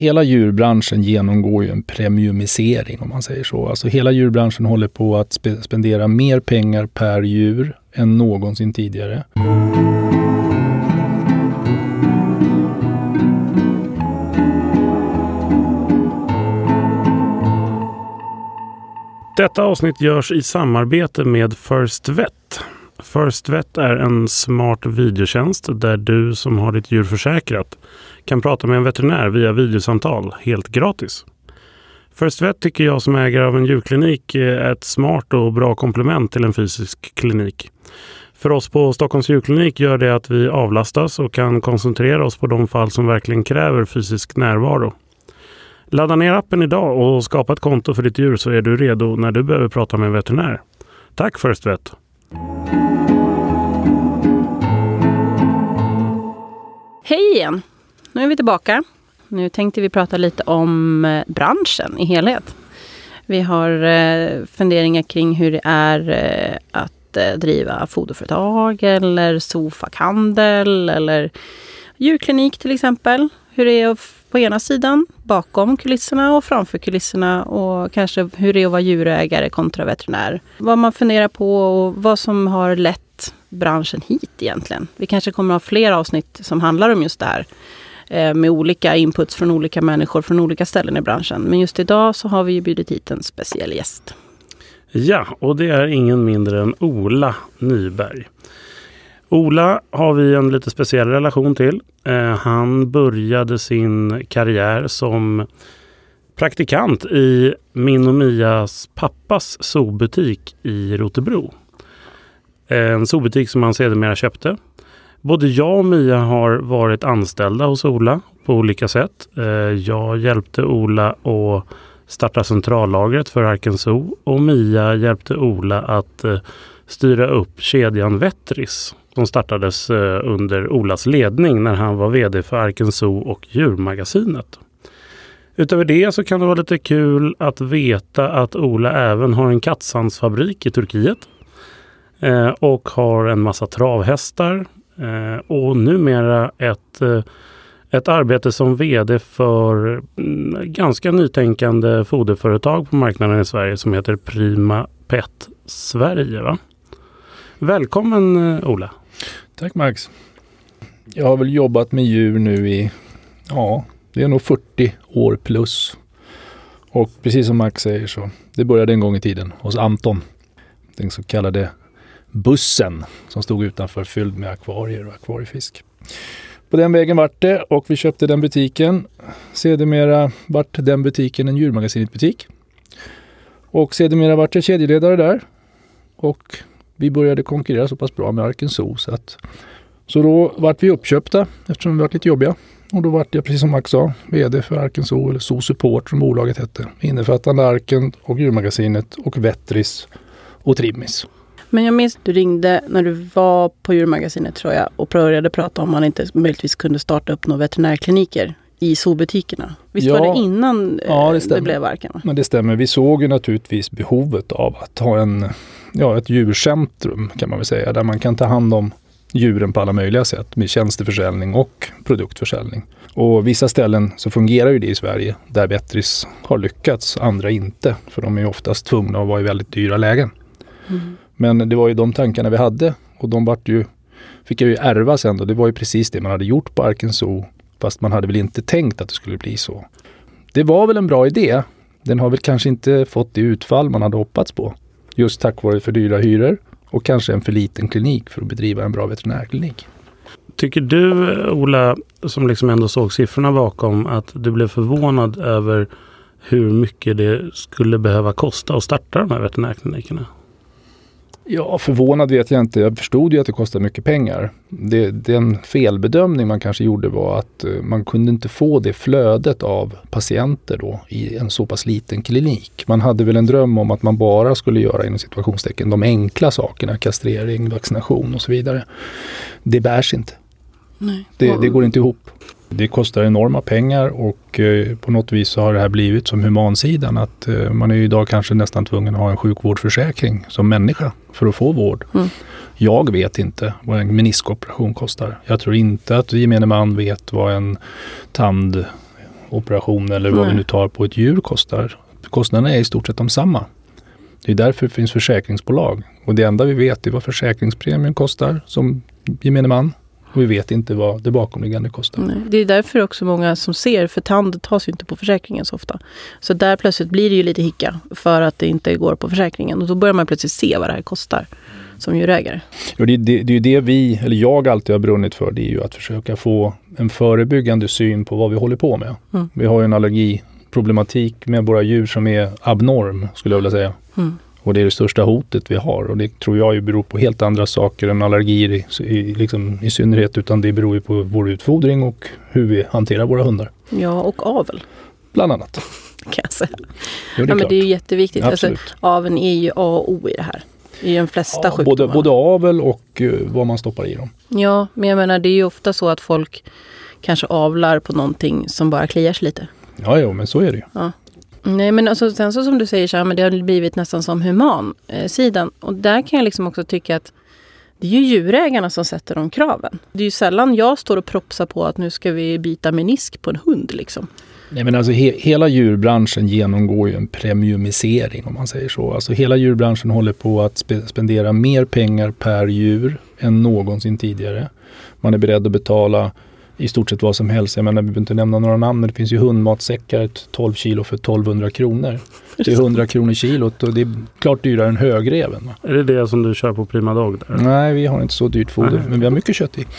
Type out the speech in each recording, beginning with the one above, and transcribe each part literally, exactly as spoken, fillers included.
Hela djurbranschen genomgår ju en premiumisering om man säger så. Alltså hela djurbranschen håller på att spe- spendera mer pengar per djur än någonsin tidigare. Detta avsnitt görs i samarbete med First Vet. First Vet är en smart videotjänst där du som har ditt djur försäkrat kan prata med en veterinär via videosamtal helt gratis. First Vet tycker jag som ägare av en djurklinik är ett smart och bra komplement till en fysisk klinik. För oss på Stockholms djurklinik gör det att vi avlastas och kan koncentrera oss på de fall som verkligen kräver fysisk närvaro. Ladda ner appen idag och skapa ett konto för ditt djur så är du redo när du behöver prata med en veterinär. Tack First Vet! Hej igen! Nu är vi tillbaka. Nu tänkte vi prata lite om branschen i helhet. Vi har eh, funderingar kring hur det är eh, att eh, driva foderföretag eller sofakhandel eller djurklinik till exempel. Hur det är på ena sidan, bakom kulisserna och framför kulisserna och kanske hur det är att vara djurägare kontra veterinär. Vad man funderar på och vad som har lett branschen hit egentligen. Vi kanske kommer att ha fler avsnitt som handlar om just det här eh, med olika inputs från olika människor från olika ställen i branschen. Men just idag så har vi ju bjudit hit en speciell gäst. Ja, och det är ingen mindre än Ola Nyberg. Ola har vi en lite speciell relation till. Eh, han började sin karriär som praktikant i min och Mias pappas zoobutik i Rotebro. En zoobutik som han sedermera köpte. Både jag och Mia har varit anställda hos Ola på olika sätt. Eh, jag hjälpte Ola att starta centrallagret för Arken Zoo och Mia hjälpte Ola att eh, styra upp kedjan Vetris som startades under Olas ledning när han var vd för Arken Zoo och Djurmagasinet. Utöver det så kan det vara lite kul att veta att Ola även har en kattsandsfabrik i Turkiet eh, och har en massa travhästar eh, och numera ett, eh, ett arbete som vd för mm, ganska nytänkande foderföretag på marknaden i Sverige som heter Prima Pet Sverige, va? Välkommen Ola. Tack Max. Jag har väl jobbat med djur nu i, ja, det är nog fyrtio år plus. Och precis som Max säger så, det började en gång i tiden hos Anton. Den så kallade bussen som stod utanför fylld med akvarier och akvariefisk. På den vägen vart det och vi köpte den butiken. Sedermera vart den butiken en Djurmagasinet-butik. Och sedermera vart jag kedjeledare där. Och vi började konkurrera så pass bra med Arken Zoo. Så, att, så då vart vi uppköpta eftersom vi var lite jobbiga. Och då vart jag, precis som Max sa, vd för Arken Zoo, eller Zoo Support som bolaget hette. Innefattande Arken och Djurmagasinet och Vetris och Trimmis. Men jag minns att du ringde när du var på Djurmagasinet tror jag och började prata om man inte möjligtvis kunde starta upp några veterinärkliniker i zoobutikerna. Visst ja, var det innan ja, det, det blev Arken? Men det stämmer. Vi såg ju naturligtvis behovet av att ha en, ja, ett djurcentrum kan man väl säga. Där man kan ta hand om djuren på alla möjliga sätt med tjänsteförsäljning och produktförsäljning. Och vissa ställen så fungerar ju det i Sverige där Vetris har lyckats, andra inte. För de är ju oftast tvungna att vara i väldigt dyra lägen. Mm. Men det var ju de tankarna vi hade och de vart ju, fick jag ju ärva sen då. Det var ju precis det man hade gjort på Arken Zoo fast man hade väl inte tänkt att det skulle bli så. Det var väl en bra idé. Den har väl kanske inte fått det utfall man hade hoppats på. Just tack vare för dyra hyror och kanske en för liten klinik för att bedriva en bra veterinärklinik. Tycker du, Ola, som liksom ändå såg siffrorna bakom, att du blev förvånad över hur mycket det skulle behöva kosta att starta de här veterinärklinikerna? Ja, förvånad vet jag inte. Jag förstod ju att det kostar mycket pengar. Det, den felbedömning man kanske gjorde var att man kunde inte få det flödet av patienter då i en så pass liten klinik. Man hade väl en dröm om att man bara skulle göra inom situationstecken de enkla sakerna, kastrering, vaccination och så vidare. Det bärs inte. Nej. Det, det går inte ihop. Det kostar enorma pengar och eh, på något vis så har det här blivit som humansidan att eh, man är ju idag kanske nästan tvungen att ha en sjukvårdsförsäkring som människa för att få vård. Mm. Jag vet inte vad en meniskoperation kostar. Jag tror inte att gemene man vet vad en tand operation eller vad Nej. vi nu tar på ett djur kostar. Kostnaderna är i stort sett de samma. Det är därför det finns försäkringsbolag. Och det enda vi vet är vad försäkringspremien kostar som gemene man. Och vi vet inte vad det bakomliggande kostar. Nej. Det är därför också många som ser, för tand tas ju inte på försäkringen så ofta. Så där plötsligt blir det ju lite hicka för att det inte går på försäkringen. Och då börjar man plötsligt se vad det här kostar som djurägare. Och det, det, det är ju det vi, eller jag alltid har brunnit för, det är ju att försöka få en förebyggande syn på vad vi håller på med. Mm. Vi har ju en allergiproblematik med våra djur som är abnorm, skulle jag vilja säga. Mm. Och det är det största hotet vi har. Och det tror jag ju beror på helt andra saker än allergier i, i, liksom, i synnerhet. Utan det beror ju på vår utfodring och hur vi hanterar våra hundar. Ja, och avel Bland annat. kan jag säga. Jo, det är Ja, men klart. det är ju jätteviktigt. Alltså, Absolut. aveln är ju A och O i det här. I de flesta Ja, sjukdomar. både, både avel och uh, vad man stoppar i dem. Ja, men jag menar det är ju ofta så att folk kanske avlar på någonting som bara kliar sig lite. Ja, jo, men så är det ju. Ja. Nej, men alltså, sen så som du säger så här, men det har blivit nästan som human eh, sidan. Och där kan jag liksom också tycka att det är ju djurägarna som sätter de kraven. Det är ju sällan jag står och propsar på att nu ska vi byta menisk på en hund liksom. Nej, men alltså he, hela djurbranschen genomgår ju en premiumisering om man säger så. Alltså hela djurbranschen håller på att spe, spendera mer pengar per djur än någonsin tidigare. Man är beredd att betala i stort sett vad som helst. Jag menar, vi behöver inte nämna några namn, men det finns ju hundmatsäckar, tolv kilo för tolvhundra kronor. Det är hundra kronor kilot och det är klart dyrare än högreven. Va? Är det det som du kör på Prima Dog där? Nej, vi har inte så dyrt foder, Nej. men vi har mycket kött i.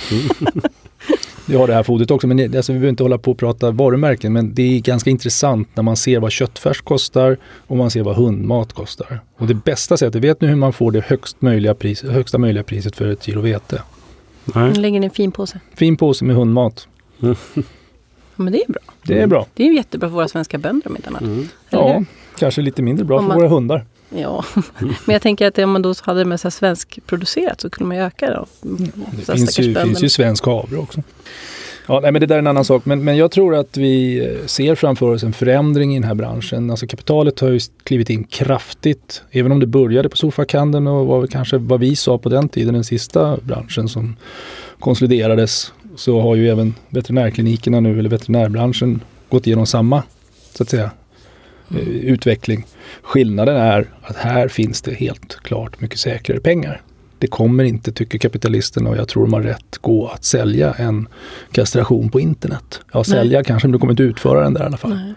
Vi har det här fodret också, men det, alltså, vi behöver inte hålla på och prata varumärken, men det är ganska intressant när man ser vad köttfärs kostar och man ser vad hundmat kostar. Och det bästa sättet, vet ni hur man får det högst möjliga pris, högsta möjliga priset för ett kilo vete? Nej. Man lägger ner en fin påse. Fin påse med hundmat. Ja, men det är bra. Det är bra. Det är ju jättebra för våra svenska bönder om inte annat. Mm. Eller Ja, hur? kanske lite mindre bra Om för man- våra hundar. Ja, men jag tänker att om man då hade det med så här svenskproducerat så kunde man ju öka det. Det finns ju, finns ju svensk havre också. Ja, nej, men det där är en annan sak. Men, men jag tror att vi ser framför oss en förändring i den här branschen. Alltså kapitalet har ju klivit in kraftigt. Även om det började på sofakandeln och var kanske vad vi sa på den tiden, den sista branschen som konsoliderades, så har ju även veterinärklinikerna nu, eller veterinärbranschen, gått igenom samma, så att säga, eh, utveckling. Skillnaden är att här finns det helt klart mycket säkrare pengar. Det kommer inte, tycker kapitalisterna, och jag tror de har rätt, gå att sälja en kastration på internet. Ja, sälja Nej. kanske, men du kommer inte utföra den där i alla fall. Nej.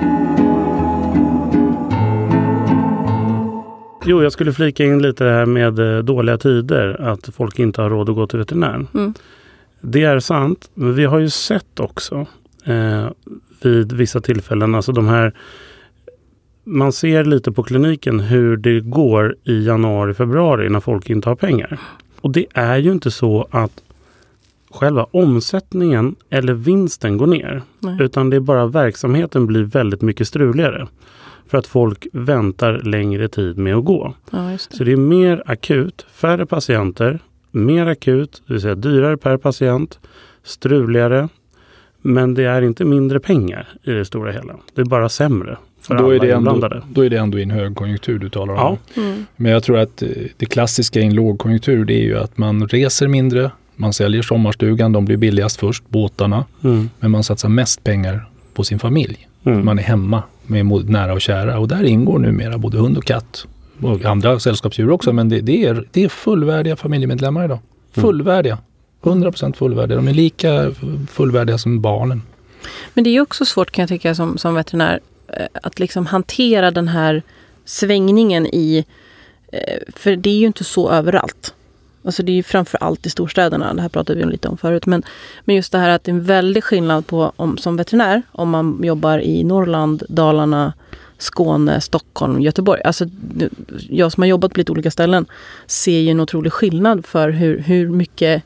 Jo, jag skulle flika in lite här med eh, dåliga tider. Att folk inte har råd att gå till veterinären. Mm. Det är sant. Men vi har ju sett också eh, vid vissa tillfällen. Alltså de här... Man ser lite på kliniken hur det går i januari, februari när folk inte har pengar. Och det är ju inte så att själva omsättningen eller vinsten går ner. Nej. Utan det är bara verksamheten blir väldigt mycket struligare. För att folk väntar längre tid med att gå. Ja, just det. Så det är mer akut, färre patienter, mer akut, det vill säga dyrare per patient, struligare. Men det är inte mindre pengar i det stora hela. Det är bara sämre för Då alla är, det ändå, inblandade. då är det ändå i en högkonjunktur du talar om. Ja. Mm. Men jag tror att eh, det klassiska i en lågkonjunktur, det är ju att man reser mindre, man säljer sommarstugan, de blir billigast först, båtarna. Mm. Men man satsar mest pengar på sin familj. Mm. Man är hemma med mod- nära och kära. Och där ingår numera både hund och katt. Och andra sällskapsdjur också. Men det, det, är, det är fullvärdiga familjemedlemmar idag. Fullvärdiga. hundra procent fullvärdiga. De är lika fullvärdiga som barnen. Men det är ju också svårt, kan jag tycka, som, som veterinär eh, att liksom hantera den här svängningen i, eh, för det är ju inte så överallt. Alltså det är ju framför allt i storstäderna, det här pratade vi om lite om förut, men, men just det här att det är en väldig skillnad på om, som veterinär, om man jobbar i Norrland, Dalarna, Skåne, Stockholm, Göteborg. Alltså jag som har jobbat på lite olika ställen ser ju en otrolig skillnad för hur, hur mycket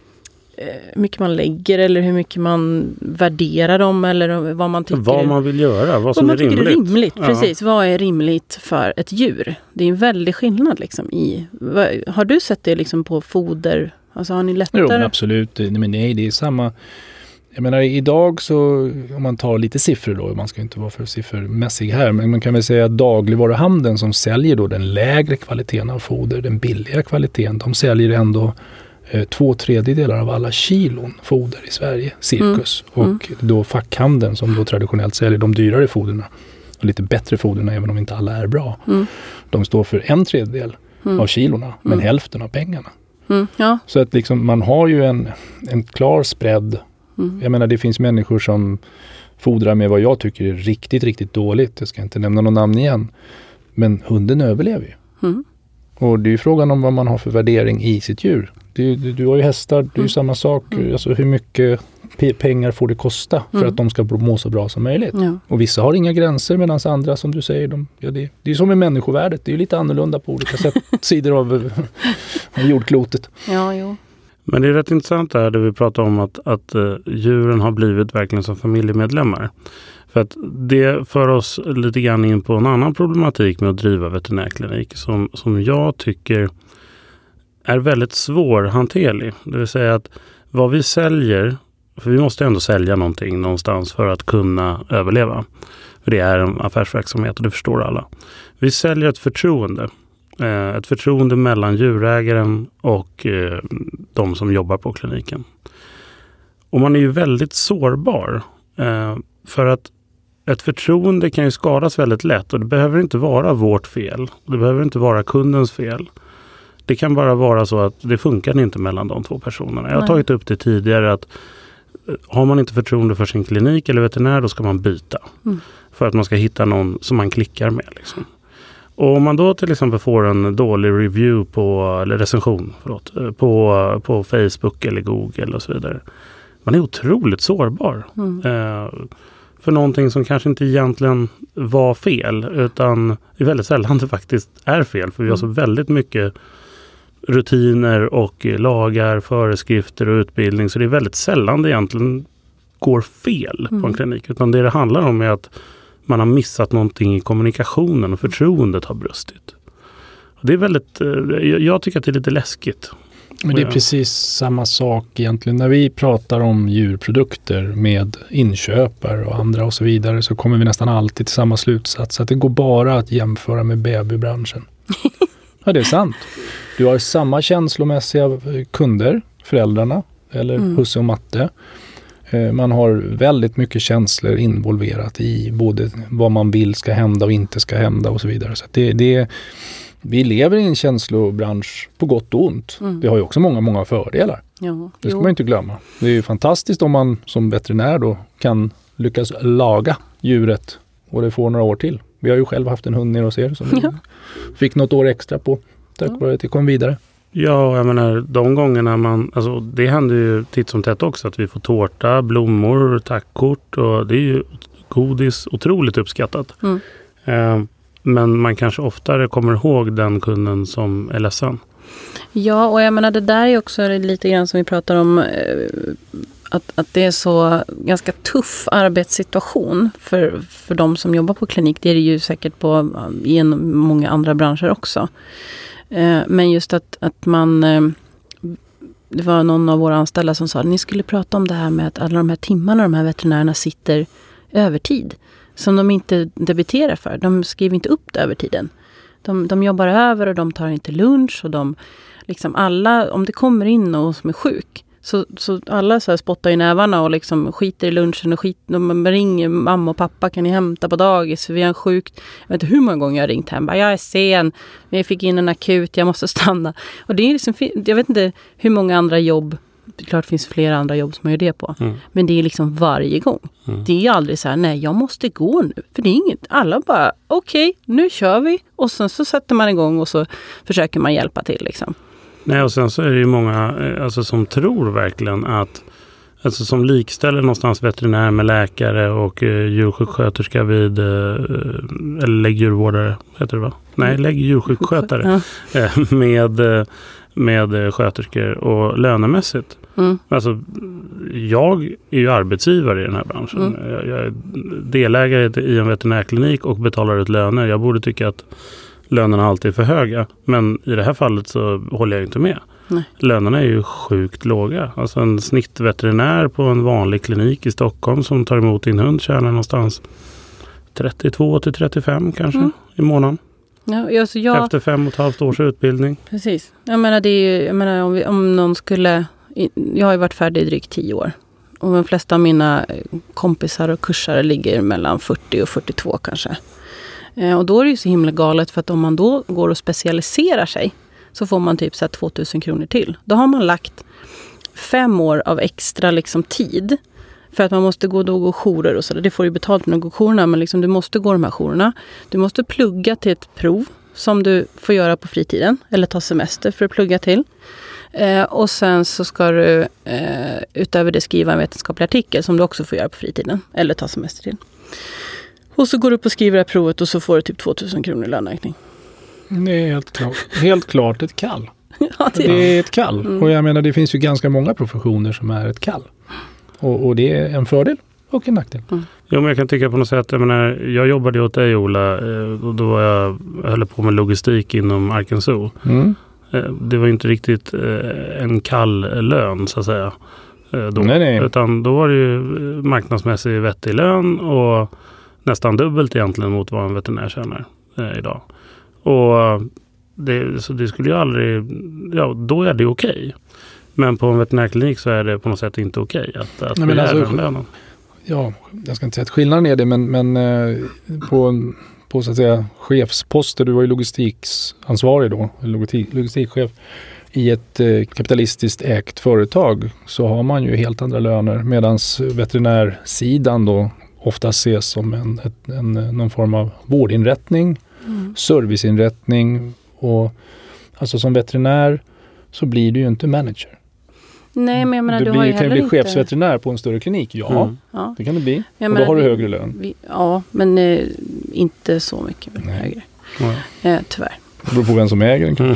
hur mycket man lägger eller hur mycket man värderar dem eller vad man tycker. Vad man vill göra, vad som vad är man rimligt. tycker är rimligt. Ja. Precis, vad är rimligt för ett djur? Det är en väldig skillnad liksom i. Vad, har du sett det liksom på foder? Alltså har ni lättare? Jo, men absolut. Nej, men nej, det är samma. Jag menar, idag så, om man tar lite siffror då, man ska inte vara för siffermässig här, men man kan väl säga att dagligvaruhandeln som säljer då den lägre kvaliteten av foder, den billiga kvaliteten, de säljer ändå eh, två tredjedelar av alla kilon foder i Sverige, cirkus. Mm. Och mm. då fackhandeln som då traditionellt säljer de dyrare foderna och lite bättre foderna, även om inte alla är bra. Mm. De står för en tredjedel mm. av kilorna, men mm. hälften av pengarna. Mm. Ja. Så att liksom, man har ju en, en klar spread. Mm. Jag menar, det finns människor som fodrar med vad jag tycker är riktigt, riktigt dåligt. Jag ska inte nämna någon namn igen. Men hunden överlever ju. Mm. Och det är ju frågan om vad man har för värdering i sitt djur. Du, du, du har ju hästar, det är ju mm. samma sak. Mm. Alltså hur mycket p- pengar får det kosta för mm. att de ska må så bra som möjligt. Ja. Och vissa har inga gränser, medan andra, som du säger, de, ja, det, det är som med människovärdet. Det är ju lite annorlunda på olika sätt, sidor av, av jordklotet. Ja, jo. Men det är rätt intressant där, där vi pratar om att, att uh, djuren har blivit verkligen som familjemedlemmar. För att det för oss lite grann in på en annan problematik med att driva veterinärklinik som, som jag tycker är väldigt svårhanterlig. Det vill säga att vad vi säljer, för vi måste ändå sälja någonting någonstans för att kunna överleva. För det är en affärsverksamhet och det förstår alla. Vi säljer ett förtroende. Ett förtroende mellan djurägaren och de som jobbar på kliniken. Och man är ju väldigt sårbar. För att ett förtroende kan ju skadas väldigt lätt och det behöver inte vara vårt fel. Det behöver inte vara kundens fel. Det kan bara vara så att det funkar inte mellan de två personerna. Jag har Nej. tagit upp det tidigare att har man inte förtroende för sin klinik eller veterinär, då ska man byta. Mm. För att man ska hitta någon som man klickar med liksom. Och om man då till exempel får en dålig review på, eller recension förlåt, på, på Facebook eller Google och så vidare. Man är otroligt sårbar. Mm. Eh, för någonting som kanske inte egentligen var fel, utan är väldigt sällan det faktiskt är fel. För vi har så väldigt mycket rutiner och lagar, föreskrifter och utbildning. Så det är väldigt sällan det egentligen går fel mm. på en klinik. Utan det det handlar om är att man har missat någonting i kommunikationen och förtroendet har brustit. Och det är väldigt, jag tycker att det är lite läskigt. Men det är precis samma sak egentligen. När vi pratar om djurprodukter med inköpare och andra och så vidare, så kommer vi nästan alltid till samma slutsats. Att det går bara att jämföra med babybranschen. Ja, det är sant. Du har samma känslomässiga kunder, föräldrarna eller mm. husse och matte. Man har väldigt mycket känslor involverat i både vad man vill ska hända och inte ska hända och så vidare. Så det, det, vi lever i en känslobransch på gott och ont. Mm. Det har ju också många, många fördelar. Ja, det ska jo. man inte glömma. Det är ju fantastiskt om man som veterinär då kan lyckas laga djuret och det får några år till. Vi har ju själv haft en hund nere hos er som ja. fick något år extra på tack vare att det kom vidare. Ja, jag menar de gångerna man, alltså det händer ju titt som tätt också att vi får tårta, blommor, tackkort och det är ju godis otroligt uppskattat. Mm. Eh, men man kanske oftare kommer ihåg den kunden som är ledsen. Ja, och jag menar det där är också lite grann som vi pratar om eh, att, att det är så ganska tuff arbetssituation för, för de som jobbar på klinik. Det är det ju säkert på i många andra branscher också. Men just att, att man, det var någon av våra anställda som sa att ni skulle prata om det här med att alla de här timmarna de här veterinärerna sitter övertid som de inte debiterar för. De skriver inte upp det övertiden. De, de jobbar över och de tar inte lunch och de liksom alla, om det kommer in någon som är sjuk så, så alla så här spottar i nävarna och liksom skiter i lunchen och skit, de ringer mamma och pappa, kan ni hämta på dagis för vi har en sjuk, jag vet inte hur många gånger jag har ringt hem, bara, jag är sen, jag fick in en akut, jag måste stanna. Och det är liksom, jag vet inte hur många andra jobb, det är klart det finns flera andra jobb som man gör det på, mm. men det är liksom varje gång. Mm. Det är aldrig så här, nej jag måste gå nu, för det är inget, alla bara okej, okay, nu kör vi och sen så sätter man igång och så försöker man hjälpa till liksom. Nej, och sen så är det ju många alltså, som tror verkligen att, alltså som likställer någonstans veterinär med läkare och eh, djursjuksköterska vid, eh, eller läggdjurvårdare, heter det va? Nej, läggdjursjukskötare ja. eh, med, med sköterskor och lönemässigt. Mm. Alltså, jag är ju arbetsgivare i den här branschen. Mm. Jag, jag är delägare i en veterinärklinik och betalar ut löner. Jag borde tycka att lönerna alltid är för höga. Men i det här fallet så håller jag inte med. Nej. Lönerna är ju sjukt låga. Alltså en snittveterinär på en vanlig klinik i Stockholm som tar emot din hund tjänar någonstans trettiotvå till trettiofem kanske mm. i månaden. Ja, alltså jag, Efter fem och ett halvt års utbildning. Precis. Jag menar, det är ju, jag menar om, vi, om någon skulle... Jag har ju varit färdig i drygt tio år. Och de flesta av mina kompisar och kursare ligger mellan fyrtio och fyrtiotvå kanske. Eh, och då är det ju så himla galet, för att om man då går och specialiserar sig så får man typ så här tvåtusen kronor till. Då har man lagt fem år av extra liksom tid. För att man måste gå, då gå jourer och sådär. Det får du betalt med att gå jourerna, men liksom du måste gå de här jourerna. Du måste plugga till ett prov som du får göra på fritiden. Eller ta semester för att plugga till. Eh, och sen så ska du eh, utöver det skriva en vetenskaplig artikel som du också får göra på fritiden. Eller ta semester till. Och så går du upp och skriver det här provet och så får du typ tvåtusen kronor i löneökning. Det är helt klart, helt klart ett kall. Ja, det, det är ett kall. Mm. Och jag menar, det finns ju ganska många professioner som är ett kall. Och, och det är en fördel och en nackdel. Mm. Jo, men jag kan tycka på något sätt, jag menar, jag jobbade åt dig, Ola, och då var jag, jag höll på med logistik inom Arkansas. Mm. Det var inte riktigt en kall lön, så att säga. Då. Nej, nej. Utan då var det ju marknadsmässig vettig lön och nästan dubbelt egentligen mot vad en veterinär tjänar eh, idag. Och det, så det skulle ju aldrig, ja, då är det okej. Okay. Men på en veterinärklinik så är det på något sätt inte okej okay att, att Nej, men alltså, den lönen. Ja, jag ska inte säga att skillnaden är det, men, men eh, på, på så att säga chefsposter, du var ju logistiksansvarig då, logistik, logistikchef i ett eh, kapitalistiskt ägt företag, så har man ju helt andra löner, medan veterinärsidan då ofta ses som en, ett, en, någon form av vårdinrättning, mm. serviceinrättning, och alltså som veterinär så blir du ju inte manager. Nej, men jag menar, du, du blir, har ju kan ju heller bli inte... chefsveterinär på en större klinik, ja, mm. ja. det kan det bli. Jag och menar, då har du vi, högre lön. Vi, ja, men eh, inte så mycket högre. Ja. Eh, tyvärr. Det beror på vem som äger den. Mm.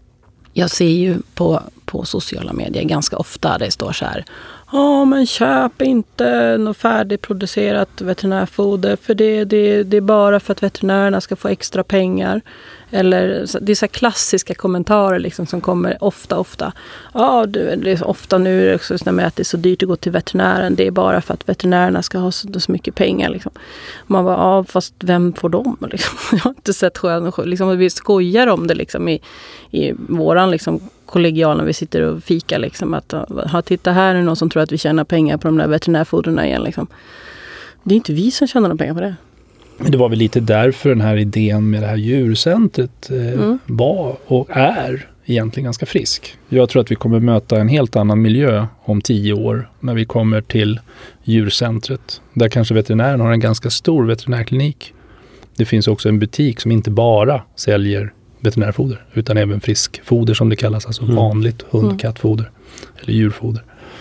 Jag ser ju på, på sociala medier ganska ofta det står så här: ja, men köp inte något färdigproducerat veterinärfoder, för det, det, det är bara för att veterinärerna ska få extra pengar. Eller det är så här klassiska kommentarer liksom som kommer ofta, ofta. Ja, det är ofta nu är det också med att det är så dyrt att gå till veterinären. Det är bara för att veterinärerna ska ha så, så mycket pengar. Liksom. Man bara, ja, fast vem får dem? Liksom. Jag har inte sett själv. Liksom, vi skojar om det liksom, i, i våran liksom, kollegial när vi sitter och fikar. Liksom, att, ha, titta, här är någon som tror att vi tjänar pengar på de där veterinärfoderna igen. Liksom. Det är inte vi som tjänar några pengar på det. Men det var väl lite därför den här idén med det här djurcentret eh, mm. var och är egentligen ganska frisk. Jag tror att vi kommer möta en helt annan miljö om tio år när vi kommer till djurcentret. Där kanske veterinären har en ganska stor veterinärklinik. Det finns också en butik som inte bara säljer veterinärfoder utan även friskfoder som det kallas, alltså mm. vanligt hund- kattfoder eller djurfoder.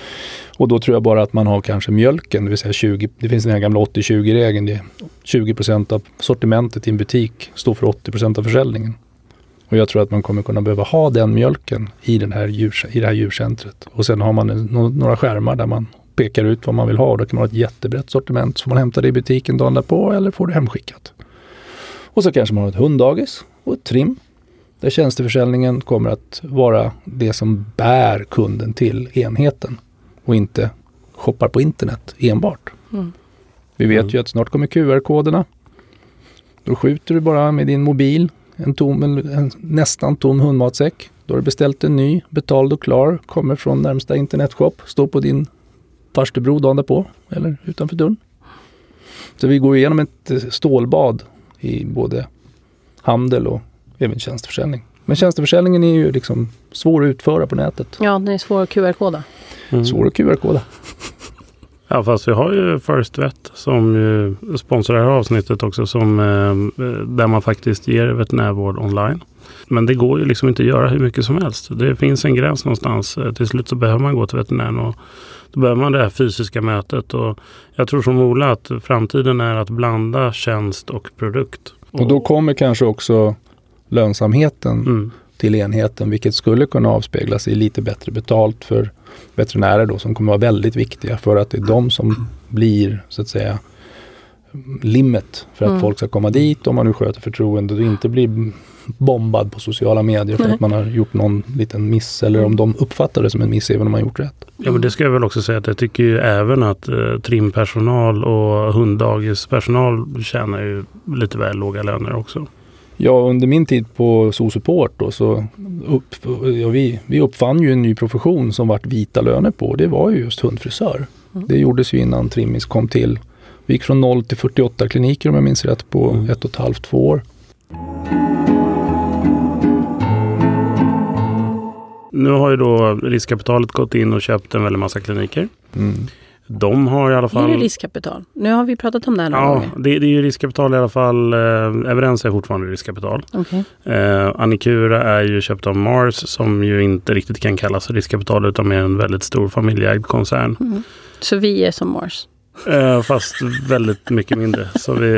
Och då tror jag bara att man har kanske mjölken, det vill säga tjugo, det finns den här gamla åttio tjugo-regeln, det är tjugo procent av sortimentet i en butik står för åttio procent av försäljningen. Och jag tror att man kommer kunna behöva ha den mjölken i, den här djur, i det här djurcentret. Och sen har man en, några skärmar där man pekar ut vad man vill ha, och då kan man ha ett jättebrett sortiment, så man hämtar det i butiken dagen därpå eller får det hemskickat. Och så kanske man har ett hunddagis och ett trim, där tjänsteförsäljningen kommer att vara det som bär kunden till enheten. Och inte shoppar på internet enbart. Mm. Vi vet mm. ju att snart kommer Q R-koderna. Då skjuter du bara med din mobil en, tom, en, en nästan tom hundmatsäck. Då har du beställt en ny, betald och klar. Kommer från närmsta internetshop. Står på din farstubro dagen därpå. Eller utanför dörren. Så vi går igenom ett stålbad i både handel och även tjänsteförsäljning. Men tjänsteförsäljningen är ju liksom svår att utföra på nätet. Ja, den är svår att Q R-koda. Mm. Svår att Q R-koda. Ja, fast vi har ju First Vet som ju sponsrar det här avsnittet också, som, eh, där man faktiskt ger veterinärvård online. Men det går ju liksom inte att göra hur mycket som helst. Det finns en gräns någonstans. Till slut så behöver man gå till veterinären, och då behöver man det här fysiska mötet. Och jag tror som Ola att framtiden är att blanda tjänst och produkt. Och, och då kommer kanske också lönsamheten mm. till enheten, vilket skulle kunna avspeglas i lite bättre betalt för veterinärer då, som kommer vara väldigt viktiga, för att det är de som blir så att säga limit för att mm. folk ska komma dit, om man nu sköter förtroende och inte blir bombad på sociala medier för Nej. Att man har gjort någon liten miss, eller om de uppfattar det som en miss även om man har gjort rätt. Ja, men det ska jag väl också säga att jag tycker ju även att eh, trimpersonal och hunddagispersonal tjänar ju lite väl låga löner också. Ja, under min tid på SoSupport då, så upp, ja, vi, vi uppfann ju en ny profession som vart vita löner på. Det var ju just hundfrisör. Mm. Det gjordes ju innan Trimmis kom till. Vi gick från noll till fyrtioåtta kliniker om jag minns rätt på mm. ett och ett halvt, två år. Nu har ju då riskkapitalet gått in och köpt en väldig massa kliniker. Mm. De har i alla fall... Är det riskkapital? Nu har vi pratat om det här några Ja, gånger. det, det är ju riskkapital i alla fall. Eh, Evidens är fortfarande riskkapital. Okay. Eh, Annikura är ju köpt av Mars som ju inte riktigt kan kallas riskkapital utan är en väldigt stor familjeägd koncern. Mm. Så vi är som Mars? Eh, fast väldigt mycket mindre. Så vi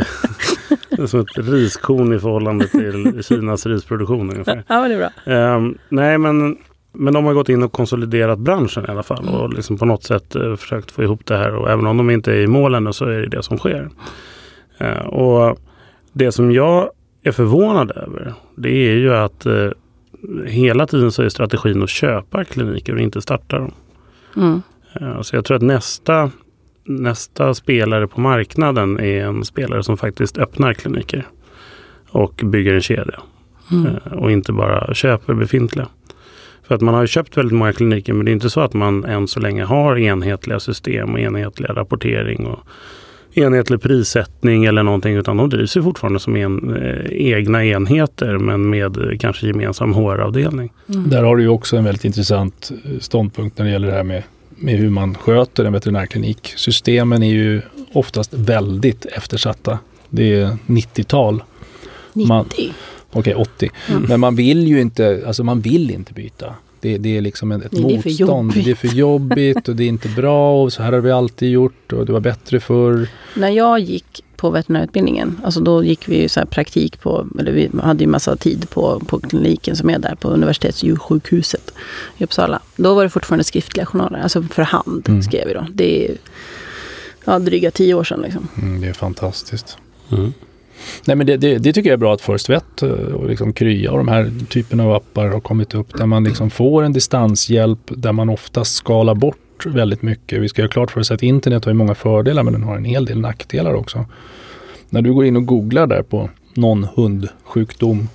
är som ett riskorn i förhållande till Kinas risproduktion ungefär. Ja, det är bra. Eh, nej, men... Men de har gått in och konsoliderat branschen i alla fall och liksom på något sätt eh, försökt få ihop det här. Och även om de inte är i målen så är det det som sker. Eh, och det som jag är förvånad över, det är ju att eh, hela tiden så är strategin att köpa kliniker och inte starta dem. Mm. Eh, så jag tror att nästa, nästa spelare på marknaden är en spelare som faktiskt öppnar kliniker och bygger en kedja. Mm. Eh, och inte bara köper befintliga. För att man har ju köpt väldigt många kliniker men det är inte så att man än så länge har enhetliga system och enhetliga rapportering och enhetlig prissättning eller någonting utan de drivs ju fortfarande som en, eh, egna enheter men med eh, kanske gemensam H R-avdelning. Mm. Där har du ju också en väldigt intressant ståndpunkt när det gäller det här med, med hur man sköter en veterinärklinik. Systemen är ju oftast väldigt eftersatta. Det är nittiotal. nittio? Man, Okej, okay, åttio. Mm. Men man vill ju inte, alltså man vill inte byta. Det, det är liksom ett Nej, motstånd. Det är, det är för jobbigt och det är inte bra och så här har vi alltid gjort och det var bättre för. När jag gick på veterinärutbildningen, alltså då gick vi ju så här praktik på, eller vi hade ju massa tid på, på kliniken som är där på universitetsdjursjukhuset i Uppsala. Då var det fortfarande skriftliga journaler, alltså för hand mm. skrev vi då. Det är ja, dryga tio år sedan liksom. Mm, det är fantastiskt. Mm. Nej, men det, det, det tycker jag är bra att First Vet och liksom Krya och de här typerna av appar har kommit upp där man liksom får en distanshjälp där man oftast skalar bort väldigt mycket. Vi ska göra klart för oss att internet har ju många fördelar men den har en hel del nackdelar också. När du går in och googlar där på någon hundsjukdom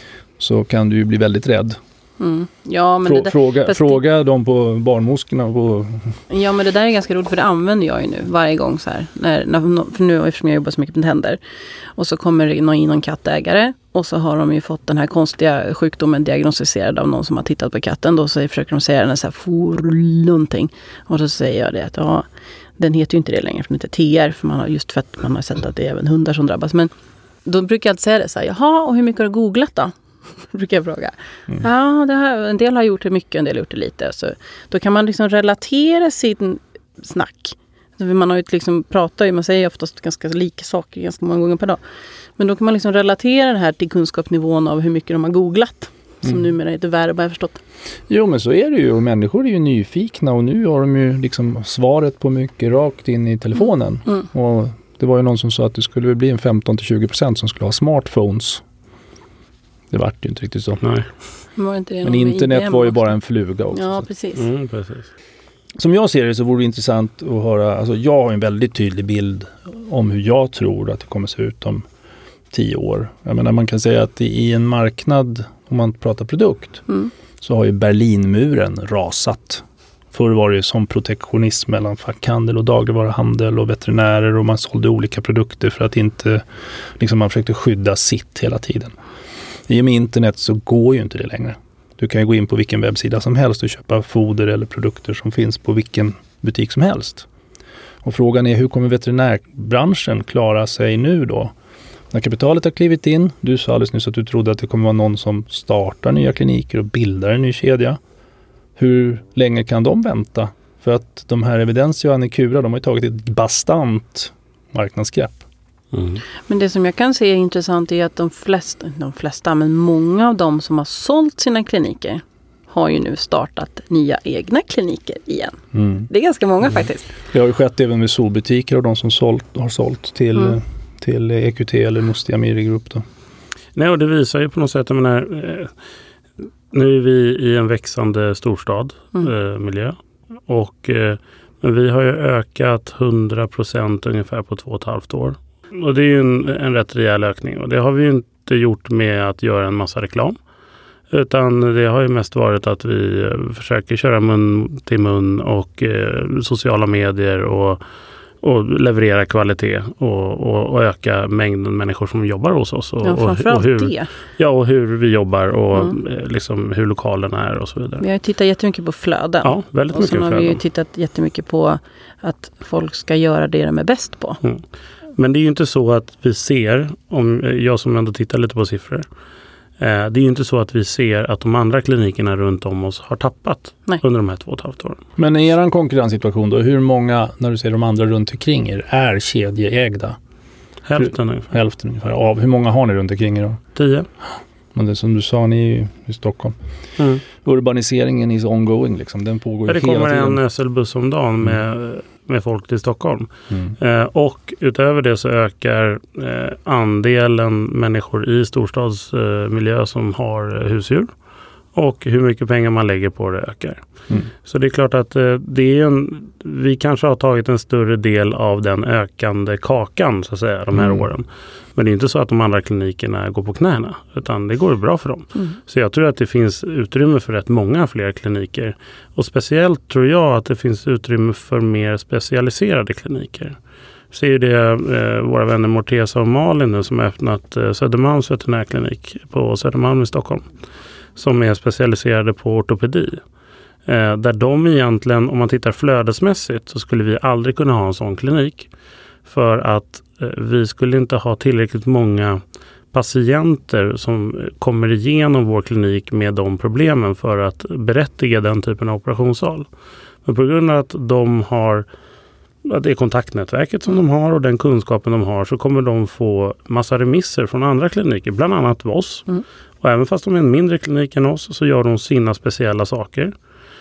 så kan du ju bli väldigt rädd. Mm. Ja, men Frå, det där, fråga fråga det, dem på barnmorskorna. På... Ja, men det där är ganska roligt för det använder jag ju nu varje gång så här. När, när, för nu eftersom jag jobbar så mycket med tänder. Och så kommer det någon, någon kattägare och så har de ju fått den här konstiga sjukdomen diagnostiserad av någon som har tittat på katten. Då så försöker de säga den så här for någonting. Och så säger jag det att ja, den heter ju inte det längre för den heter T R. För man har, just för att man har sett att det är även hundar som drabbas. Men då brukar jag alltid säga det så här, jaha, och hur mycket har du googlat då? Brukar jag fråga. Mm. Ja, det här, en del har gjort det mycket, en del har gjort det lite. Så då kan man liksom relatera sin snack. Man har ju liksom pratat ju, man säger oftast ganska lika saker ganska många gånger per dag. Men då kan man liksom relatera det här till kunskapsnivån av hur mycket de har googlat. Som mm. numera är ett verb, har jag förstått. Jo, men så är det ju. Och människor är ju nyfikna och nu har de ju liksom svaret på mycket rakt in i telefonen. Mm. Och det var ju någon som sa att det skulle bli en femton till tjugo procent som skulle ha smartphones. Det var ju inte riktigt så. Nej. Var inte det men internet var ju bara en fluga också. Ja, precis. Mm, precis. Som jag ser det så vore det intressant att höra, alltså jag har en väldigt tydlig bild om hur jag tror att det kommer se ut om tio år. Jag menar man kan säga att i en marknad, om man pratar produkt, mm. så har ju Berlinmuren rasat. Förr var det som protektionism mellan fackhandel och dagligvaruhandel och veterinärer och man sålde olika produkter för att inte, liksom man försökte skydda sitt hela tiden. I och med internet så går ju inte det längre. Du kan ju gå in på vilken webbsida som helst och köpa foder eller produkter som finns på vilken butik som helst. Och frågan är hur kommer veterinärbranschen klara sig nu då? När kapitalet har klivit in, du sa alldeles nyss att du trodde att det kommer vara någon som startar nya kliniker och bildar en ny kedja. Hur länge kan de vänta? För att de här Evidensia och Annikura, de har ju tagit ett bastant marknadsgrepp. Mm. Men det som jag kan se är intressant är att de flesta, de flesta, men många av dem som har sålt sina kliniker har ju nu startat nya egna kliniker igen. Mm. Det är ganska många mm. faktiskt. Det har ju skett även med zoobutiker och de som sålt, har sålt till, mm. till E Q T eller Musti Amiri Group då. Nej, och det visar ju på något sätt, jag menar, eh, nu är vi i en växande storstad mm. eh, miljö och eh, men vi har ju ökat hundra procent ungefär på två och ett halvt år. Och det är ju en, en rätt rejäl ökning och det har vi ju inte inte gjort med att göra en massa reklam. Utan det har ju mest varit att vi försöker köra mun till mun och eh, sociala medier och, och leverera kvalitet och, och, och öka mängden människor som jobbar hos oss. Och, ja, framförallt och hur, det. Ja, och hur vi jobbar och mm. liksom hur lokalerna är och så vidare. Vi har ju tittat jättemycket på flöden. Ja, väldigt och mycket flöden. Och sen har flöden. vi ju tittat jättemycket på att folk ska göra det de är bäst på. Mm. Men det är ju inte så att vi ser, om jag som ändå tittar lite på siffror, det är ju inte så att vi ser att de andra klinikerna runt om oss har tappat Nej. under de här två och ett halvt åren. Men i er konkurrenssituation då, hur många, när du ser de andra runt omkring er, är kedjeägda? Hälften ungefär. Hälften ungefär av. Hur många har ni runt omkring er då? Tio. Men det som du sa, ni är ju i Stockholm. Mm. Urbaniseringen is ongoing liksom. Den pågår Ja, ju det hela kommer tiden. en S L-buss om dagen Mm. med, med folk till Stockholm. Mm. Eh, och utöver det så ökar eh, andelen människor i storstadsmiljö eh, som har husdjur. Och hur mycket pengar man lägger på det ökar. Mm. Så det är klart att eh, det är en, vi kanske har tagit en större del av den ökande kakan så att säga de här Mm. åren. Men det är inte så att de andra klinikerna går på knäna, utan det går bra för dem. Mm. Så jag tror att det finns utrymme för rätt många fler kliniker. Och speciellt tror jag att det finns utrymme för mer specialiserade kliniker. Vi ser ju det eh, våra vänner Mortesa och Malin nu som har öppnat eh, Södermalms veterinärklinik på Södermalm i Stockholm. Som är specialiserade på ortopedi. Eh, där de egentligen, om man tittar flödesmässigt, så skulle vi aldrig kunna ha en sån klinik. För att eh, vi skulle inte ha tillräckligt många patienter som kommer igenom vår klinik med de problemen för att berättiga den typen av operationssal. Men på grund av att de har, att det är kontaktnätverket som de har och den kunskapen de har, så kommer de få massa remisser från andra kliniker, bland annat oss. Mm. Och även fast de är en mindre klinik än oss så gör de sina speciella saker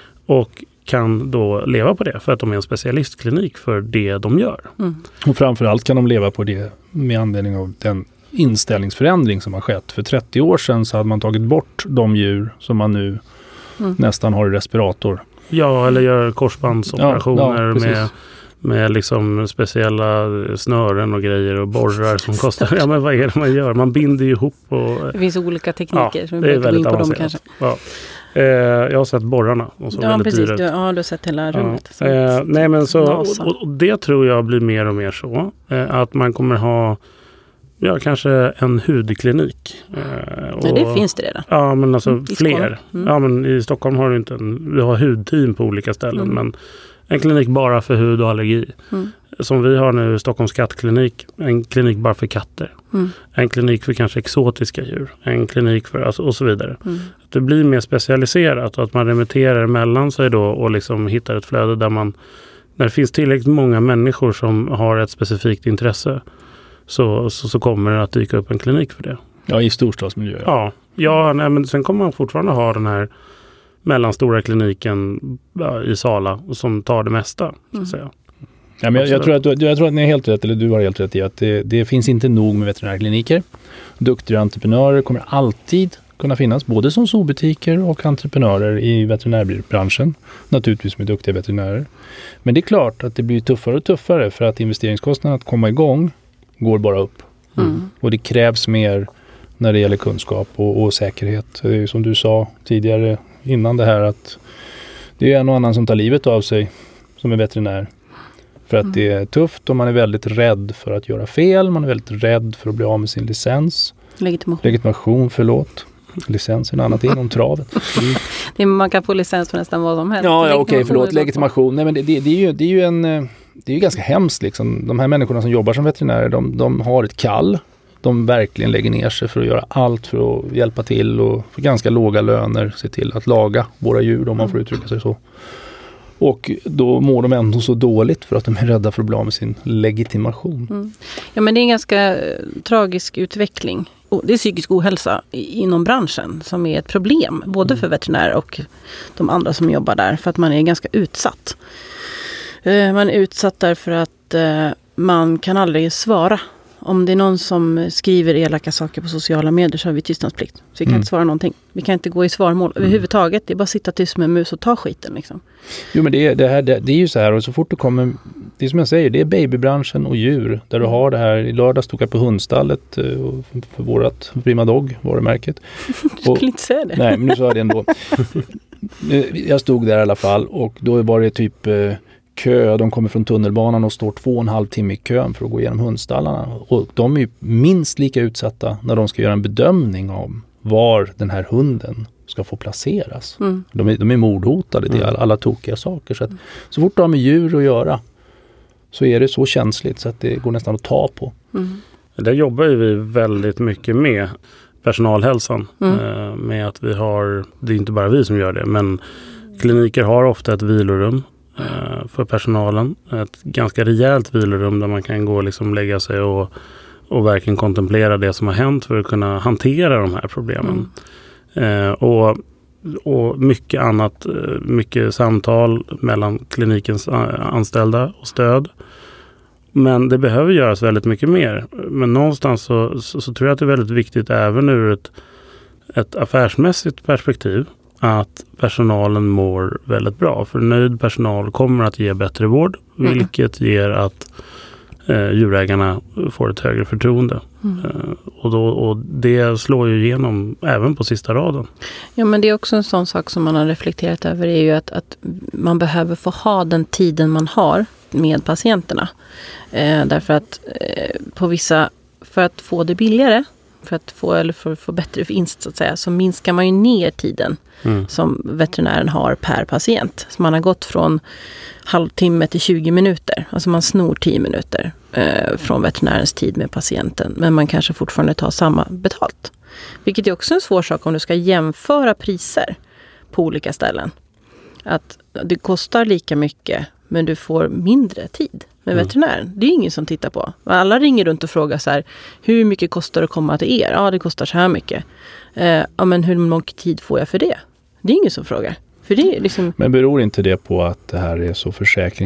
och kan då leva på det för att de är en specialistklinik för det de gör. Mm. Och framförallt kan de leva på det med anledning av den inställningsförändring som har skett. För trettio år sedan så hade man tagit bort de djur som man nu Mm. nästan har i respirator. Ja, eller gör korsbandsoperationer Ja, ja, precis. med, med liksom speciella snören och grejer och borrar som kostar. Ja, men vad är det man gör? Man binder ju ihop och... Det finns olika tekniker. Ja, så vi det är behöver gå in väldigt på dem avancerat. kanske. Ja. Eh, jag har sett borrarna. Och så Ja, väldigt precis. dyra Du, ut. ja, du har sett hela rummet. Ja. Eh, nej, men så, NASA. och, och det tror jag blir mer och mer så. Eh, att man kommer ha ja, kanske en hudklinik. Eh, och, Nej, det finns det redan. Ja, men alltså Mm, i Skåne. fler. Mm. Ja, men i Stockholm har du inte en, vi har hudteam på olika ställen. Mm. Men en klinik bara för hud och allergi. Mm. Som vi har nu, Stockholms kattklinik. En klinik bara för katter. Mm. En klinik för kanske exotiska djur. En klinik för, alltså, och så vidare. Mm. Att det blir mer specialiserat och att man remitterar mellan sig då och liksom hittar ett flöde där man, när det finns tillräckligt många människor som har ett specifikt intresse så, så, så kommer det att dyka upp en klinik för det. Ja, i storstadsmiljö. Ja. Ja, ja nej, men sen kommer man fortfarande ha den här mellanstora kliniken ja, i Sala som tar det mesta. Så Mm. att säga. Ja, men jag, jag, tror att, du- jag tror att ni är helt rätt, eller du har helt rätt i att det, det finns inte nog med veterinärkliniker. Duktiga entreprenörer kommer alltid kunna finnas, både som zoobutiker och entreprenörer i veterinärbranschen. Naturligtvis med duktiga veterinärer. Men det är klart att det blir tuffare och tuffare för att investeringskostnaden att komma igång går bara upp. Mm. Och det krävs mer när det gäller kunskap och, och säkerhet. Det är ju som du sa tidigare innan det här att det är en och annan som tar livet av sig som är veterinär. För att Mm. det är tufft och man är väldigt rädd för att göra fel. Man är väldigt rädd för att bli av med sin licens. Legitimation. Legitimation, förlåt. Licens är något annat inom travet. Mm. Det är, man kan få licens för nästan vad som helst. Ja, ja okej, Legitimation förlåt. är Legitimation. Nej, men det, det, det, är ju, det är ju en... eh, Det är ju ganska hemskt liksom. De här människorna som jobbar som veterinärer, de, de har ett kall. De verkligen lägger ner sig för att göra allt för att hjälpa till och för ganska låga löner se till att laga våra djur, om man får uttrycka sig så. Och då mår de ändå så dåligt för att de är rädda för att bli av med sin legitimation. Mm. Ja, men det är en ganska eh, tragisk utveckling. Och det är psykisk ohälsa i- inom branschen som är ett problem. Både för veterinärer och de andra som jobbar där. För att man är ganska utsatt. Eh, man är utsatt därför att eh, man kan aldrig svara om det är någon som skriver elaka saker på sociala medier så har vi tystnadsplikt. Så vi kan Mm. inte svara någonting. Vi kan inte gå i svarmål mm. överhuvudtaget. Det är bara att sitta tyst med en mus och ta skiten liksom. Jo, men det är, det, här, det, det är ju så här, och så fort du kommer, det är som jag säger, det är babybranschen och djur, där du har det här. I lördag stod jag på hundstallet eh, för vårat Prima Dog, varumärket. Du skulle inte säga det. Nej, men nu sa jag det ändå. Jag stod där i alla fall, och då var det typ eh, kö, de kommer från tunnelbanan och står två och en halv timme i kön för att gå igenom hundstallarna. Och de är ju minst lika utsatta när de ska göra en bedömning om var den här hunden ska få placeras. Mm. De, är, de är mordhotade, det är alla, alla tokiga saker. Så, att, så fort de har med djur att göra så är det så känsligt så att det går nästan att ta på. Mm. Där jobbar ju vi väldigt mycket med personalhälsan. Mm. Eh, med att vi har, det är inte bara vi som gör det, men kliniker har ofta ett vilorum eh, för personalen. Ett ganska rejält vilorum där man kan gå och liksom lägga sig och, och verkligen kontemplera det som har hänt för att kunna hantera de här problemen. Mm. Eh, och, och mycket annat, mycket samtal mellan klinikens anställda och stöd. Men det behöver göras väldigt mycket mer. Men någonstans så, så, så tror jag att det är väldigt viktigt även ur ett, ett affärsmässigt perspektiv att personalen mår väldigt bra. För nöjd personal kommer att ge bättre vård, mm. vilket ger att eh, djurägarna får ett högre förtroende. Mm. Eh, och, då, och det slår ju igenom även på sista raden. Ja, men det är också en sån sak som man har reflekterat över, är ju att, att man behöver få ha den tiden man har med patienterna. Eh, därför att eh, på vissa, för att få det billigare, för att få, eller för att få bättre vinst så att säga, så minskar man ju ner tiden mm. som veterinären har per patient. Så man har gått från halvtimme till tjugo minuter. Alltså man snor tio minuter eh, från veterinärens tid med patienten. Men man kanske fortfarande tar samma betalt. Vilket är också en svår sak om du ska jämföra priser på olika ställen. Att det kostar lika mycket men du får mindre tid med mm. veterinären. Det är ingen som tittar på. Alla ringer runt och frågar så här, hur mycket kostar det att komma till er? Ja, det kostar så här mycket. Eh, ja, men hur mycket tid får jag för det? Det är ingen som frågar. För det är liksom... Men beror inte det på att det här är så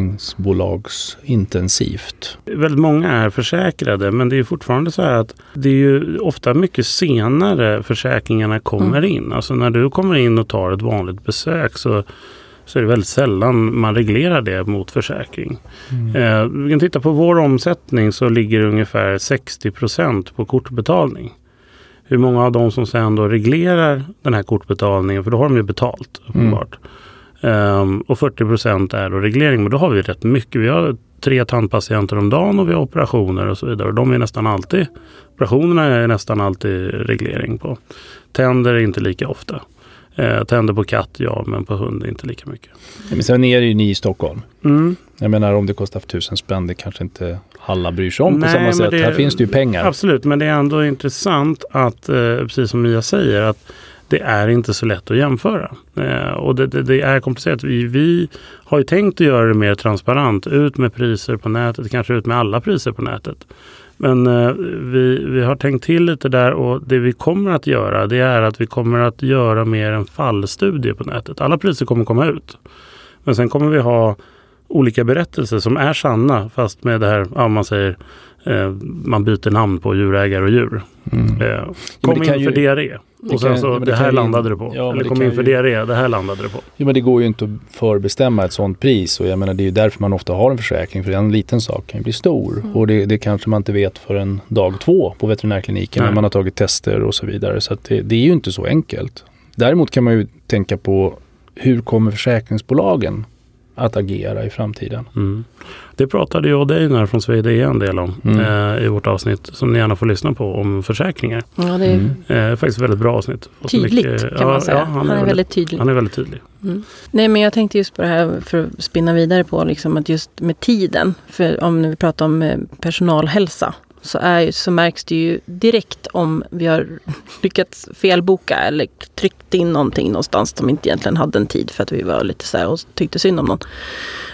försäkringsbolagsintensivt? Väldigt många är försäkrade, men det är fortfarande så här att det är ju ofta mycket senare försäkringarna kommer mm. in. Alltså när du kommer in och tar ett vanligt besök så så är det väldigt sällan man reglerar det mot försäkring. Mm. Eh, vi kan titta på vår omsättning, så ligger det ungefär sextio procent på kortbetalning. Hur många av dem som sedan då reglerar den här kortbetalningen, för då har de ju betalt uppenbart. Mm. Um, och fyrtio procent är då reglering, men då har vi rätt mycket. Vi har tre tandpatienter om dagen och vi har operationer och så vidare. Och de är nästan alltid, operationerna är nästan alltid reglering på. Tänder är inte lika ofta. Eh, tänder på katt, ja, men på hund inte lika mycket. Ja, men sen är det ju ni i Stockholm. Mm. Jag menar, om det kostar för tusen spänn, det kanske inte alla bryr sig om. Nej, på samma sätt. Det, här finns det ju pengar. Absolut, men det är ändå intressant att, eh, precis som Mia säger, att det är inte så lätt att jämföra. Eh, och det, det, det är komplicerat. Vi, vi har ju tänkt att göra det mer transparent. Ut med priser på nätet, kanske ut med alla priser på nätet. Men eh, vi, vi har tänkt till lite där, och det vi kommer att göra, det är att vi kommer att göra mer en fallstudie på nätet. Alla priser kommer komma ut. Men sen kommer vi ha olika berättelser som är sanna, fast med det här, ja, man säger, eh, man byter namn på djurägare och djur. Mm. Eh, kom in ju, för diarré. Och sen kan, så, det, det här landade det på. Ja, Eller kom in för ju, diarré, det här landade det på. Ja, men det går ju inte att förbestämma ett sånt pris. Och jag menar, det är ju därför man ofta har en försäkring. För en liten sak kan ju bli stor. Mm. Och det, det kanske man inte vet förrän dag två på veterinärkliniken. Nej. När man har tagit tester och så vidare. Så att det, det är ju inte så enkelt. Däremot kan man ju tänka på, hur kommer försäkringsbolagen att agera i framtiden? Mm. Det pratade jag och Dejnar från Swedea en del om mm. eh, i vårt avsnitt, som ni gärna får lyssna på, om försäkringar. Ja, det är mm. eh, faktiskt ett väldigt bra avsnitt. Tydligt mycket, kan man ja, säga. Ja, han, han är, är väldigt, väldigt tydlig. Han är väldigt tydlig. Mm. Nej, men jag tänkte just på det här, för att spinna vidare på liksom, att just med tiden, för om vi pratar om eh, personalhälsa, så, är, så märks det ju direkt om vi har lyckats felboka eller tryckt in någonting någonstans som inte egentligen hade en tid för att vi var lite så här och tyckte synd om någon.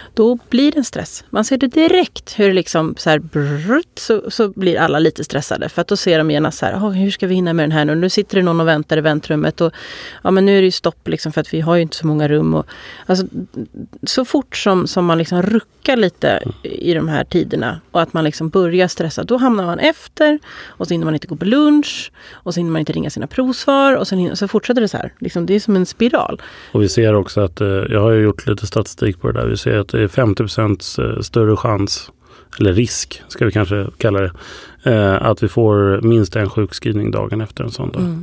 då blir det en stress. Man ser det direkt hur det liksom så här brrrt, så, så blir alla lite stressade. För att då ser de gärna så här, oh, hur ska vi hinna med den här nu? Nu sitter det någon och väntar i väntrummet och ja, men nu är det ju stopp liksom för att vi har ju inte så många rum. Och, alltså, så fort som, som man liksom ruckar lite i de här tiderna och att man liksom börjar stressa, då hamnar man efter och så hinner man inte gå på lunch och så hinner man inte ringa sina provsvar och så, så fortsätter det så här. Liksom, det är som en spiral. Och vi ser också att, jag har ju gjort lite statistik på det där, vi ser att det är femtio procent större chans, eller risk ska vi kanske kalla det, att vi får minst en sjukskrivning dagen efter en sån dag. Mm.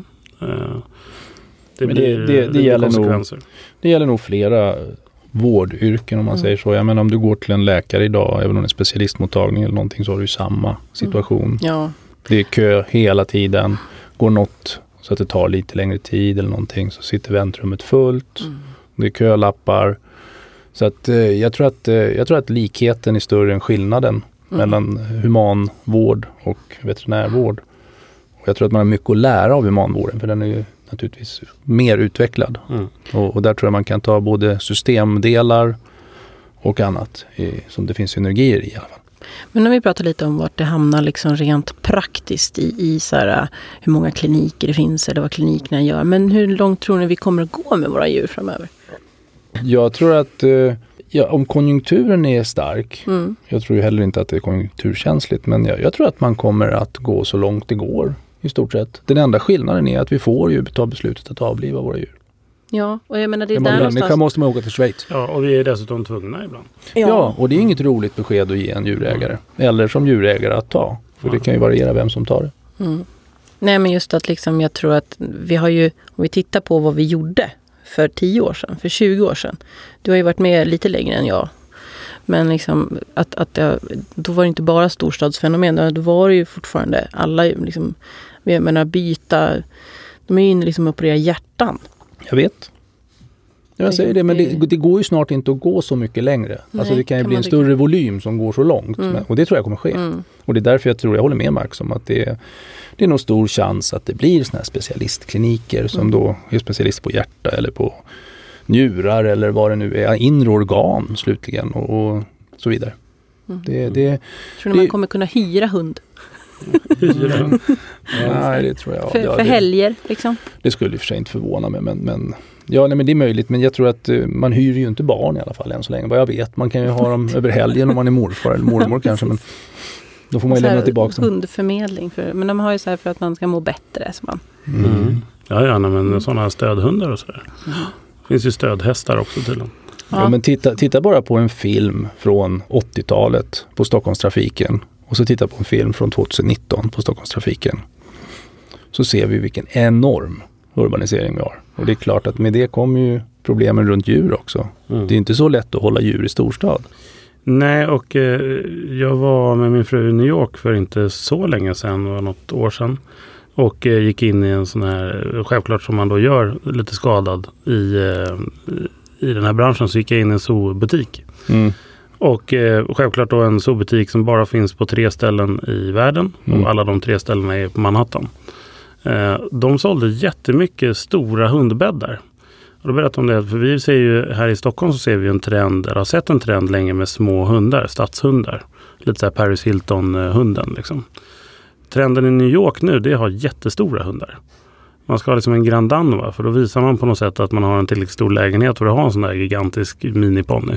Det, blir, det, det, det, det gäller nog, det gäller nog flera vårdyrken om man mm. säger så. Jag menar om du går till en läkare idag, även om det är en specialistmottagning eller någonting, så har du ju samma situation. Mm. Ja. Det är kö hela tiden. Går något så att det tar lite längre tid eller någonting, så sitter väntrummet fullt. Mm. Det är kölappar. Så att, eh, jag, tror att, eh, jag tror att likheten är större än skillnaden mm. mellan humanvård och veterinärvård. Och jag tror att man har mycket att lära av humanvården, för den är ju naturligtvis mer utvecklad. Mm. Och, och där tror jag man kan ta både systemdelar och annat i, som det finns synergier i alla fall. Men när vi pratar lite om vart det hamnar liksom rent praktiskt i, i så här, hur många kliniker det finns eller vad klinikerna gör. Men hur långt tror ni vi kommer att gå med våra djur framöver? Jag tror att eh, ja, om konjunkturen är stark, mm. jag tror ju heller inte att det är konjunkturkänsligt, men jag, jag tror att man kommer att gå så långt det går i stort sett. Den enda skillnaden är att vi får ju ta beslutet att avliva våra djur. Ja, och jag menar det är där där någonstans... Människa måste man åka till Schweiz. Ja, och vi är dessutom tvungna ibland. Ja, ja och det är inget roligt besked att ge en djurägare. Mm. Eller som djurägare att ta. För mm. det kan ju variera vem som tar det. Mm. Nej, men just att liksom jag tror att vi har ju, om vi tittar på vad vi gjorde för tio år sedan, för tjugo år sedan. Du har ju varit med lite längre än jag. Men liksom att, att det, då var det inte bara storstadsfenomen. Då var det ju fortfarande alla liksom, jag menar byta, de är ju inne liksom och operera hjärtan. Jag vet. Jag säger det, men det, det går ju snart inte att gå så mycket längre. Nej, alltså det kan ju kan bli en större volym som går så långt. Mm. Men, och det tror jag kommer ske. Mm. Och det är därför jag tror, jag håller med Max om att det är, det är nog stor chans att det blir såna här specialistkliniker som mm. då är specialist på hjärta eller på njurar eller vad det nu är, inre organ slutligen och, och så vidare. Mm. Det, det, tror ni det, man kommer kunna hyra hund? Mm. Nej, det tror jag. För, ja, för det, helger liksom? Det skulle i och för sig inte förvåna mig, men, men ja, nej, men det är möjligt, men jag tror att uh, man hyr ju inte barn i alla fall än så länge. Vad jag vet, man kan ju ha dem över helgen om man är morfar eller mormor kanske, men då får man ju lämna tillbaka dem. Hundförmedling, för, men de har ju så här för att man ska må bättre. Så man. Mm. Mm. Ja, gärna, men sådana stödhundar och sådär. Mm. Det finns ju stödhästar också till dem. Ja, ja men titta, titta bara på en film från åttiotalet på Stockholmstrafiken och så titta på en film från tjugonitton på Stockholmstrafiken. Så ser vi vilken enorm urbanisering vi har. Och det är klart att med det kommer ju problemen runt djur också. Mm. Det är inte så lätt att hålla djur i storstad. Nej, och eh, jag var med min fru i New York för inte så länge sedan, det var något år sedan. Och eh, gick in i en sån här, självklart som man då gör, lite skadad i, eh, i den här branschen, så gick jag in i en zoobutik. Mm. Och eh, självklart då en zoobutik som bara finns på tre ställen i världen. Mm. Och alla de tre ställena är på Manhattan. Eh, de sålde jättemycket stora hundbäddar. Och då berättar om det, för vi ser ju här i Stockholm så ser vi en trend, eller har sett en trend länge med små hundar, stadshundar. Lite så här Paris Hilton-hunden liksom. Trenden i New York nu, det är att ha jättestora hundar. Man ska ha liksom en Grand Danois, för då visar man på något sätt att man har en tillräckligt stor lägenhet för att ha en sån där gigantisk miniponny.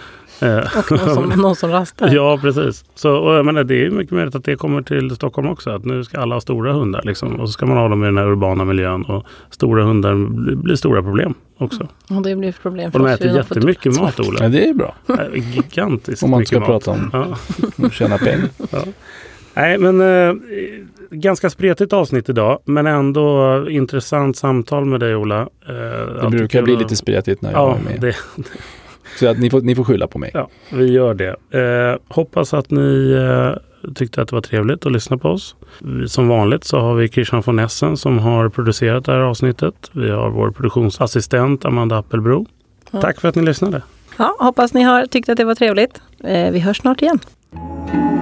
Och någon som, någon som rastar. Ja, precis. Så, och jag menar, det är mycket möjligt att det kommer till Stockholm också. Att nu ska alla ha stora hundar. Liksom, och så ska man ha dem i den här urbana miljön. Och stora hundar blir, blir stora problem också. Ja, det blir problem för och oss. Och de äter jättemycket mat, Ola. Ja, det är bra. Gigantiskt. Om man ska mat. prata om ja. tjäna pengar. Ja. Nej, men eh, ganska spretigt avsnitt idag. Men ändå intressant samtal med dig, Ola. Eh, det brukar bli och... lite spretigt när jag ja, är med. Det... Så att ni får, ni får skylla på mig. Ja, vi gör det. Eh, hoppas att ni eh, tyckte att det var trevligt att lyssna på oss. Som vanligt så har vi Christian von Essen som har producerat det här avsnittet. Vi har vår produktionsassistent Amanda Appelbro. Ja. Tack för att ni lyssnade. Ja, hoppas ni har tyckt att det var trevligt. Eh, vi hörs snart igen.